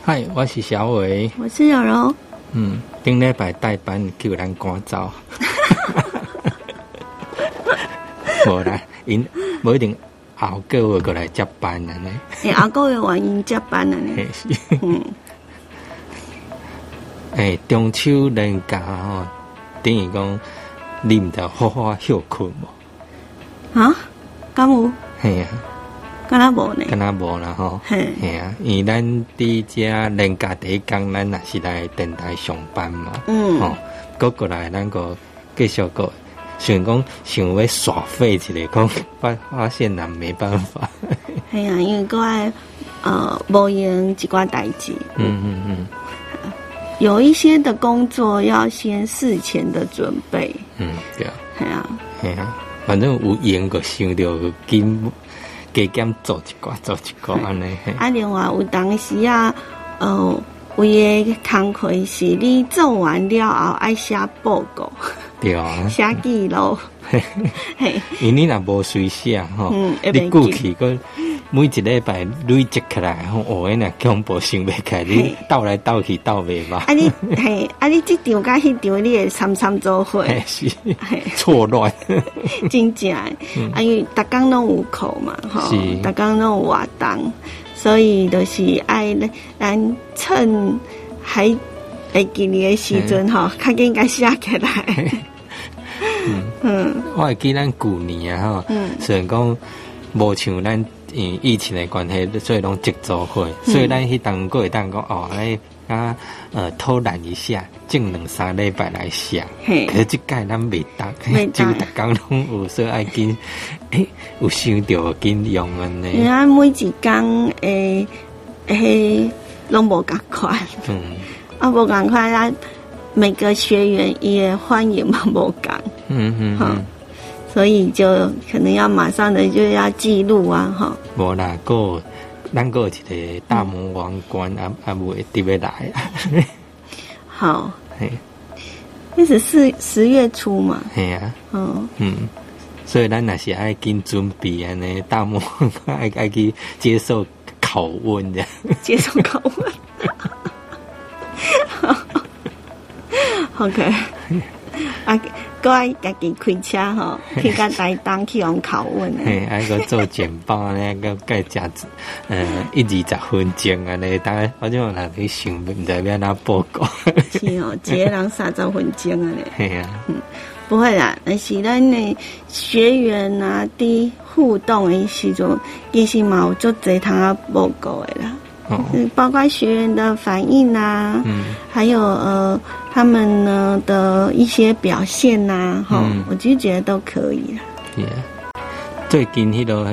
嗨，我是小伟， 我是柔柔。 顶礼拜代班叫人赶走，无啦，因无一定后个月过来接班安尼。 后个月原因接班安尼。 中秋连假吼，等于讲你毋着好好休困无？ 啊？敢有？ 嘿啊， 敢若无呢？ 敢若无啦吼。 嘿啊，因为咱伫遮连假第一天，咱也是来电台上班嘛。过来咱个继续个，想讲想要耍废一下，讲发现人没办法。 系啊，因为个爱无用一寡代志。有一些的工作要先事前的准备。 对啊。 系啊。 反正有闲个想着紧加减做一寡安尼。 另外有当时有诶工课是你做完了后爱写报告。 对啊。 写记录。 因你若无随写吼，你过去个每一礼拜累积起来吼，那恐怖想袂起来，你斗来斗去斗袂吧？ 你这场甲迄场你会参做伙， 是错乱， 真正因为逐工拢有课嘛，吼，逐工拢有活动，所以就是爱咱趁还会记哩的时阵吼，较紧甲写起来。 我会记咱旧年啊吼，虽然讲无像咱疫情的关系，所以拢积组会，所以咱迄当个会当讲偷懒一下，种2-3礼拜来写。可是这届咱袂当，就逐工拢有，所以爱紧有想到紧用安尼。 因为每一工拢无共款。无共款咱每个学员也欢迎嘛无共。所以就可能要马上的就要记录啊，哈。 无啦，咱有一个大魔王关未特别来。 好，那是10月初嘛。 系啊。所以咱也是爱紧准备安尼，大魔王关爱去接受拷问的。 接受拷问。OK。搁爱家己开车吼，去甲台东去用拷问。 爱个做简报呢，个介1-20分钟啊，你当然我就人去想，唔知要哪报告。 是哦，一个人30分钟啊咧。 系啊。不会啦，但是咱的学员啊，伫互动的时阵，其实嘛有足侪通啊报告的啦。包括学员的反应啊，还有他们呢的一些表现呐，我就觉得都可以啦。 最近迄个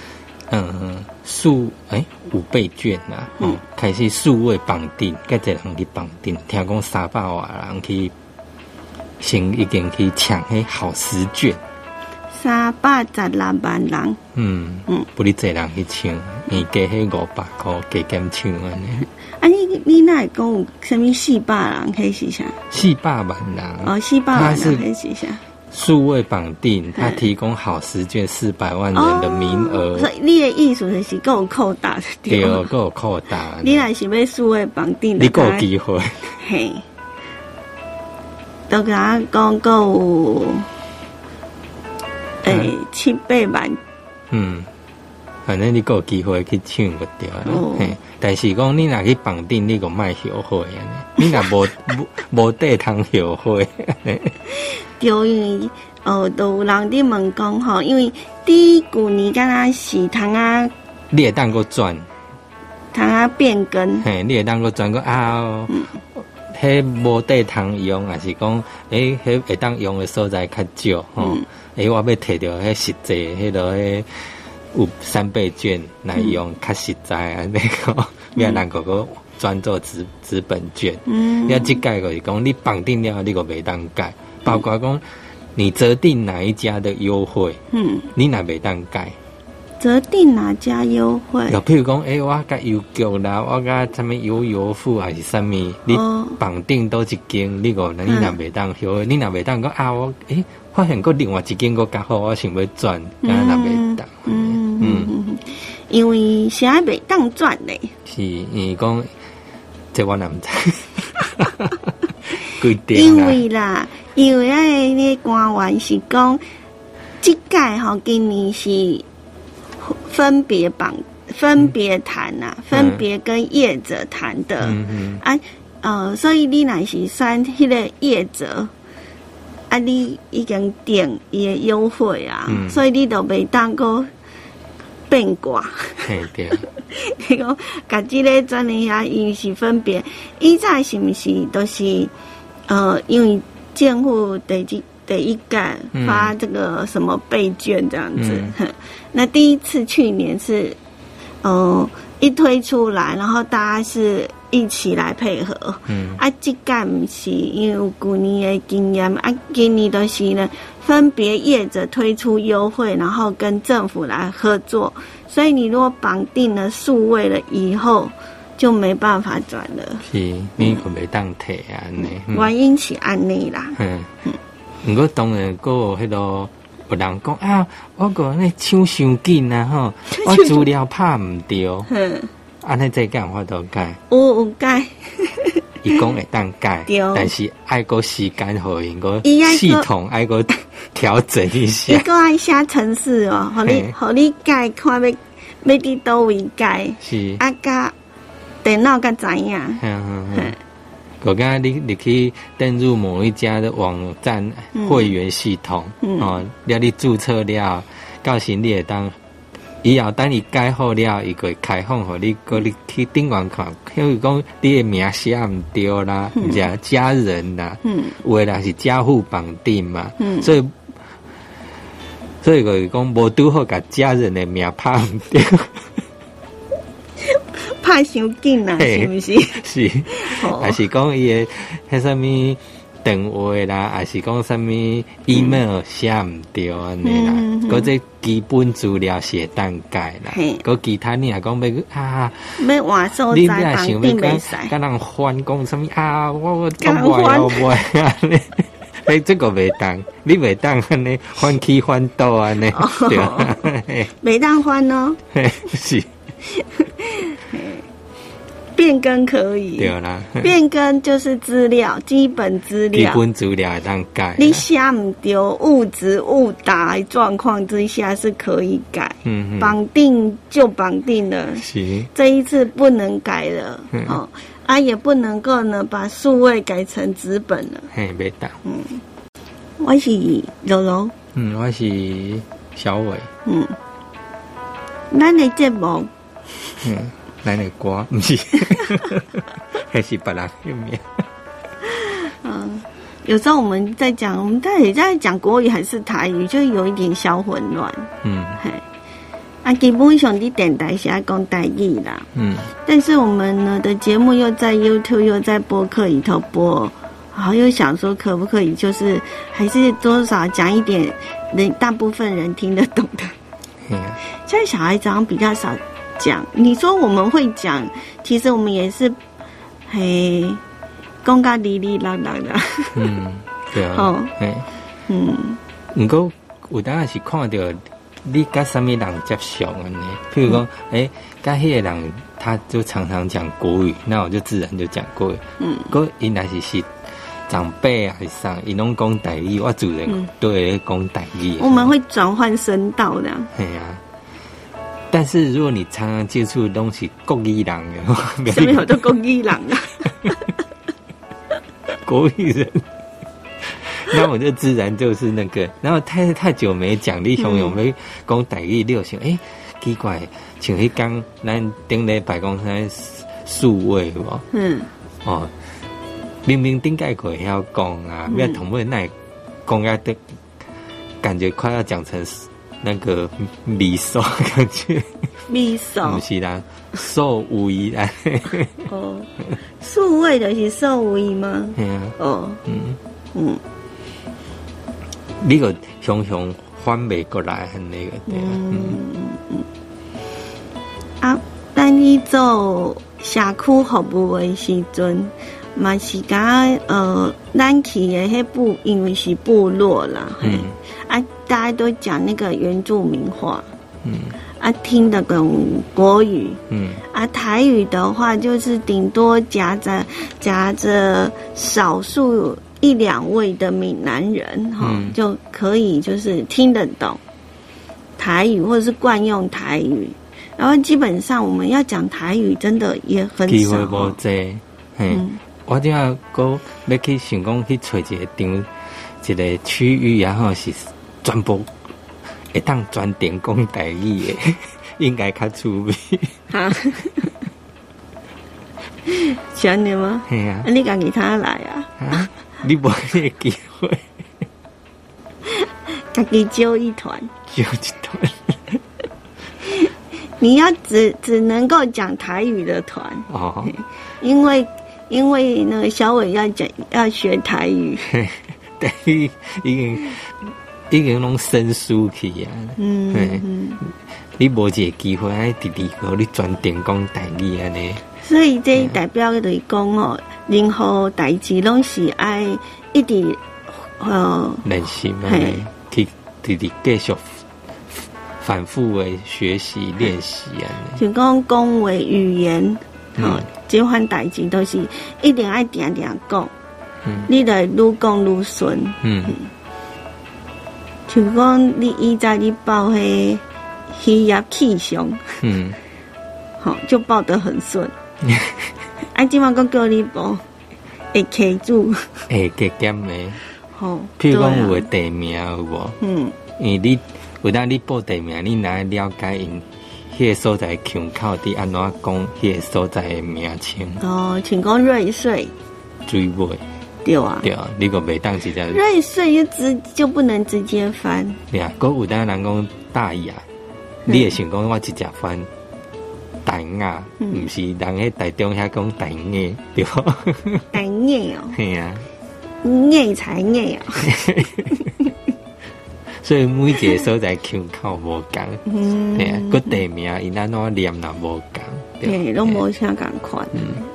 5倍券啊，开始数位绑定，介侪人去绑定，听讲300多人去，已经去抢迄好食券。 316万人。 不哩侪人去抢，加迄500块加减抢安尼。 你哪会讲有什么400人？迄是啥 ？400万人。 400万人迄是啥？ 数位绑定，他提供好食券400万人的名额。 所以你的意思就是够有扣打的对吧？ 对，够有扣打。 你若是要数位绑定， 你够有机会。 嘿，都甲我讲够有。7-8万。 反正你有机会去抢就对了。但是讲你若去绑定，你个卖后悔啊！你若无地通后悔。 对，因为都有人伫问讲吼，因为第旧年敢若是通啊， 你会当个转， 通啊变更。 你会当个转个迄无地通用，还是讲迄会当用的所在较少吼。我要摕到迄实际迄落有3倍券来用，较实在啊！那个免人个转做资本券。要即届就是讲，你绑定了，你个袂当改，包括讲你择定哪一家的优惠，你若袂当改。 择定哪家优惠？ 就譬如讲，我甲邮局啦，我甲什么邮付还是什么，你绑定都一间，你若袂当优惠，你若袂当讲我发现个另外一间个较好，我想要转，若袂当。 因为是还袂当转嘞。 是，因为讲这我哪唔知。规定因为那个官员是讲，这届吼今年是分别谈呐，分别跟业者谈的，所以你若是选迄个业者，你已经定伊的优惠啊，所以你就袂当个变卦。 对。 你讲，甲这个专业遐，伊是分别，以前是毋是都是因为政府第一届发这个什么备卷这样子，那第一次去年是一推出来，然后大家是一起来配合，这届不是因为有去年的经验，今年都是呢分别业者推出优惠，然后跟政府来合作，所以你如果绑定了数位了以后，就没办法转了。 是，你可袂当摕啊呢？ 原因是安尼啦。 不过当然，还有迄个有人讲啊，我个那抢伤紧啊吼，我资料拍唔对，安尼再讲我都改。 有改。 伊讲会当改，但是爱个时间互因个系统爱个调整一下。 伊个爱写程式哦，互你改，看要伫倒位改。 是。 甲电脑甲知影。 我刚刚你可以登入某一家的网站会员系统，了你注册了，到时你会当。以后等你改好了，伊会开放互你，你去顶管看，譬如讲你的名写唔对啦，或者家人啦，有的啦是家户绑定嘛，所以就是讲无拄好甲家人的名拍唔对， 拍伤紧啦，是不是？ 是，还是讲伊的迄什么？电话啦，还是讲什么 email 写唔对安尼啦，嗰只基本资料是当改啦，嗰其他你若讲要换所在绑定袂使， 甲人翻讲什么我讲袂啊你这个袂当，你袂当安尼翻起翻倒安尼，对啊， 袂当翻哦， 是。 变更可以， 对啦， 变更就是资料，基本资料， 基本资料当改。 你写唔对，误植误打状况之下是可以改，绑定就绑定了， 是这一次不能改了，也不能够呢把数位改成纸本了， 袂当， 我是柔柔， 我是小伟， 咱的节目， 咱的歌不是，还是别人的名。 有时候我们在讲，我们到底在讲国语还是台语，就有一点小混乱。基本上你电台是要讲台语啦。但是我们呢的节目又在 YouTube 又在播客里头播，然后又想说可不可以，就是还是多少讲一点大部分人听得懂的。现在小孩子好像比较少讲，你说我们会讲，其实我们也是，讲甲哩哩啦啦啦。 对啊。不过有当然是看到你跟什么人接触安尼，譬如讲，跟迄个人他就常常讲国语，那我就自然就讲国语。不过因若是长辈啊，还是啥，伊拢讲台语，我自然都会讲台语。 我们会转换声道的。 但是如果你常常接触的东西国语人的， 什么有都国语人啊？ 国语人，那我就自然就是那个。然后太久没讲，你熊有没讲台语？你有想奇怪，像迄天咱顶礼拜讲啥数位无？明明顶届可晓讲啊，要同尾那讲啊的，感觉快要讲成。那个米手感觉， 米手不是啦，数位啦。 数位的是数位吗？ 你个常常翻袂过来，那个对咱你做社区服务的时阵，嘛是讲咱去的迄部，因为是部落啦，大家都讲那个原住民话， 听得懂国语，台语的话就是顶多夹着少数1-2位的闽南人就可以就是听得懂台语或者是惯用台语，然后基本上我们要讲台语真的也很少， 机会无济。我正要搁要去想讲去找一个区域，然后是全部会当专点讲台语的，应该较趣味。 哈，是安尼吗？ 系啊， 你家己他来啊？ 你无迄个机会， 家己揪一团， 揪一团。 你要只能够讲台语的团哦， 因为那个小伟要学台语， 台语已经拢生疏去啊。你无一个机会爱直互你专点讲台语安尼。 所以这代表就是讲任何代志拢是爱一直练习嘛，去直继续反复的学习练习啊。 就讲话语言，这款代志都是一定爱定定讲，你就愈讲愈顺。就讲你以前你报迄渔业气象，就报得很顺。今晚讲叫你报，会卡住， 会加减的。譬如讲有个地名有无？因为你有当你报地名，你哪了解因迄个所在腔口伫安怎讲迄个所在的名称？ 像讲瑞穗、 水尾， 对啊， 对啊，你个袂当直接瑞穗就不能直接翻。 对啊，佮有当人讲大雅，你会想讲我直接翻台雅，毋是人喺台中遐讲台雅，对吧？ 台雅系啊， 雅才雅所以每一个所在腔口无共，对啊，个地名因安怎念也无共， 对，拢无啥共款。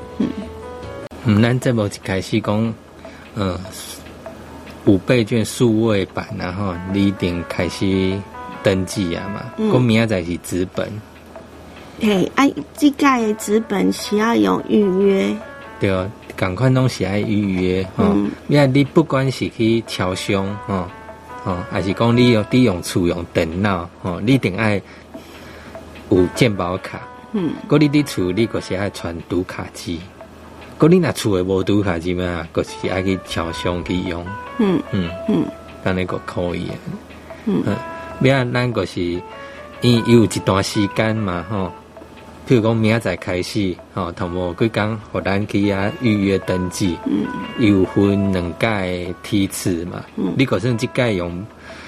咱节目一开始讲5倍券数位版，然后你一定开始登记啊嘛，讲明仔载是纸本。 嘿，这届的纸本是要用预约。 对啊，同款拢是爱预约因为你不管是去超商还是讲你用厝用电脑你一定爱有健保卡。佮你伫厝你就是爱传读卡机，佮你若厝诶无读卡机嘛，就是爱去超商去用。安尼个可以咱就是因有一段时间嘛譬如讲明仔载开始头无几工，互咱去预约登记。有分2届梯次嘛。你可算这届用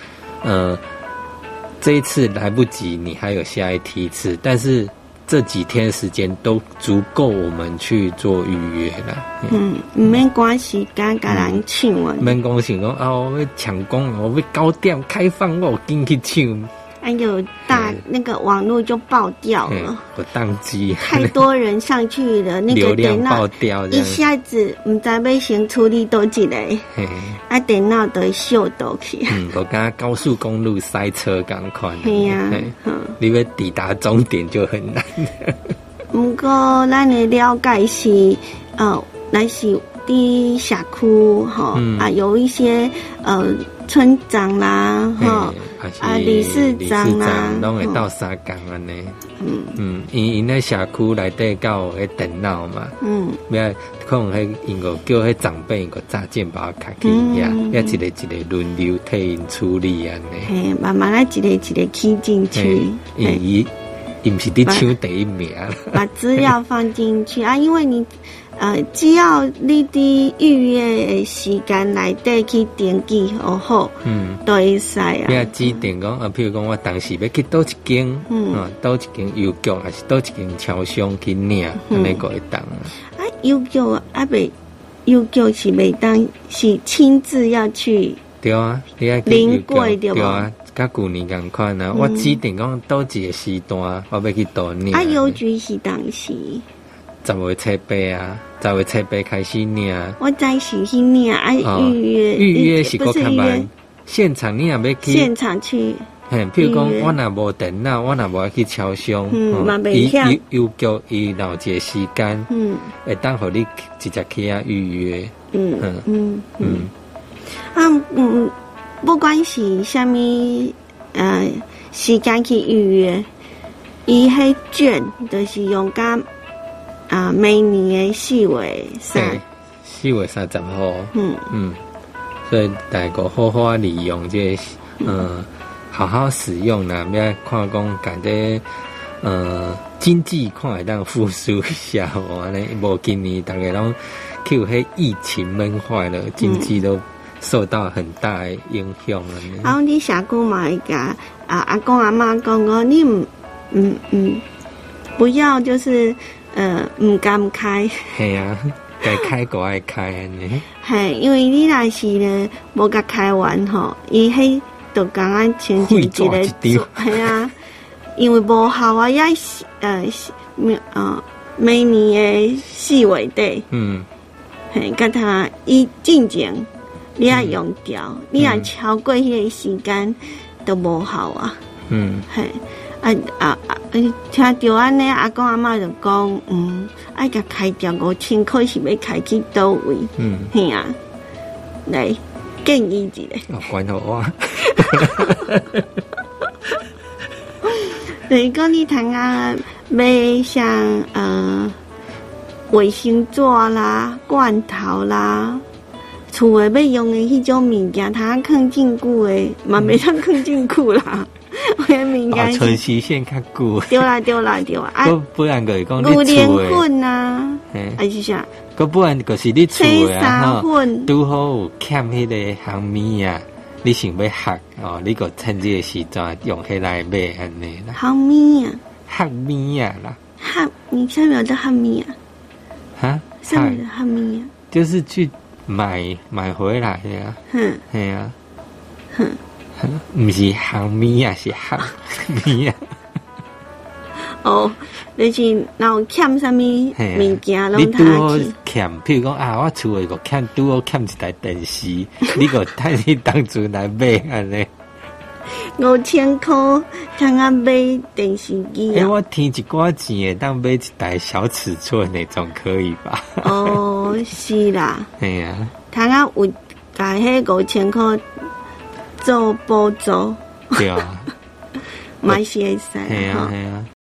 这一次来不及，你还有下一梯次，但是这几天时间都足够我们去做预约啦。 唔免赶时间，甲人抢啊！ 免讲想讲我要抢攻，我要9点开放，我紧去抢。 有那个网络就爆掉了， 我宕机， 太多人上去了，那个电脑爆掉， 一下子唔知要先处理多一个，电脑都会秀倒去。 我刚高速公路塞车赶快， 系啊， 你要抵达终点就很难。 不过咱的了解是，咱是伫社区有一些村长啦理事长啦， 拢会到3工安尼。因咧社区内底有迄电脑嘛，要可能因个叫迄长辈个扎健保卡去遐，要一个轮流替因处理安尼。 慢慢来一个起进去。 伊毋是伫抢第一名， 把资料放进去因为你只要你伫预约的时间内底去登记好，都会使要指定讲譬如讲我当时要去倒一间，倒一间邮局还是倒一间超商去领，安尼个会当。 邮局邮局是袂当，是亲自要去。 对啊，你要临柜对啊，甲旧年同款我指定讲倒一个时段，我要去倒领。 邮局是当时 10月初8啊，10月初8开始领。 我知是去领预约预约是够较慢，现场你也要去现场去譬如讲，我若无电脑，我若无去超商， 嘛袂晓。 邮局伊有一个时间，会当互你直接去遐预约。 不管是虾米时间去预约，伊迄券就是用甲每年的4月 4月30号。所以大家好好利用这好好使用啦，要看讲感觉经济看会当复苏一下哦，安尼无今年大家拢去有迄疫情闷坏了，经济都受到很大的影响了。 然后你下姑嘛会甲阿公阿妈讲你不要就是唔敢开。 系啊。该开个爱开安尼， 嘿，因为你若是咧无甲开完吼，伊迄就刚刚亲像一个做，系啊，因为无效啊，也每年的4月底，嘿，甲他伊进前你也用掉，你若超过迄个时间都无效啊，嘿。听到安尼，阿公阿嬷就讲，爱甲开掉5000块是要开去倒位？嘿啊，来建议一下。 关好我。 就是讲你通买像卫生纸啦、罐头啦，厝诶要用诶迄种物件，通放真久诶，嘛袂通放真久啦。 存期限较久。 对啦。 不然就是讲你厝诶粉啊，还是啥？ 不然就是你厝诶啊， 拄好有欠迄个香米啊，你想要学哦，你个趁这个时阵用迄来买安尼啦。 香米啊？ 黑米啊啦。 你下面有叫黑米啊？ 哈？ 上面的黑米啊？ 就是去买回来的啊。嘿啊。不是香米啊，是黑米啊。 就是若欠啥物物件， 你拄好欠，譬如讲我厝诶个欠拄好欠一台电视，你个趁你当初来买安尼。 5000块，通买电视机啊！ 我添一寡钱诶，当买一台小尺寸的，总可以吧？ 是啦。 嘿啊， 通有甲迄5000块。做补助， 对啊， 嘛是会使， 系啊，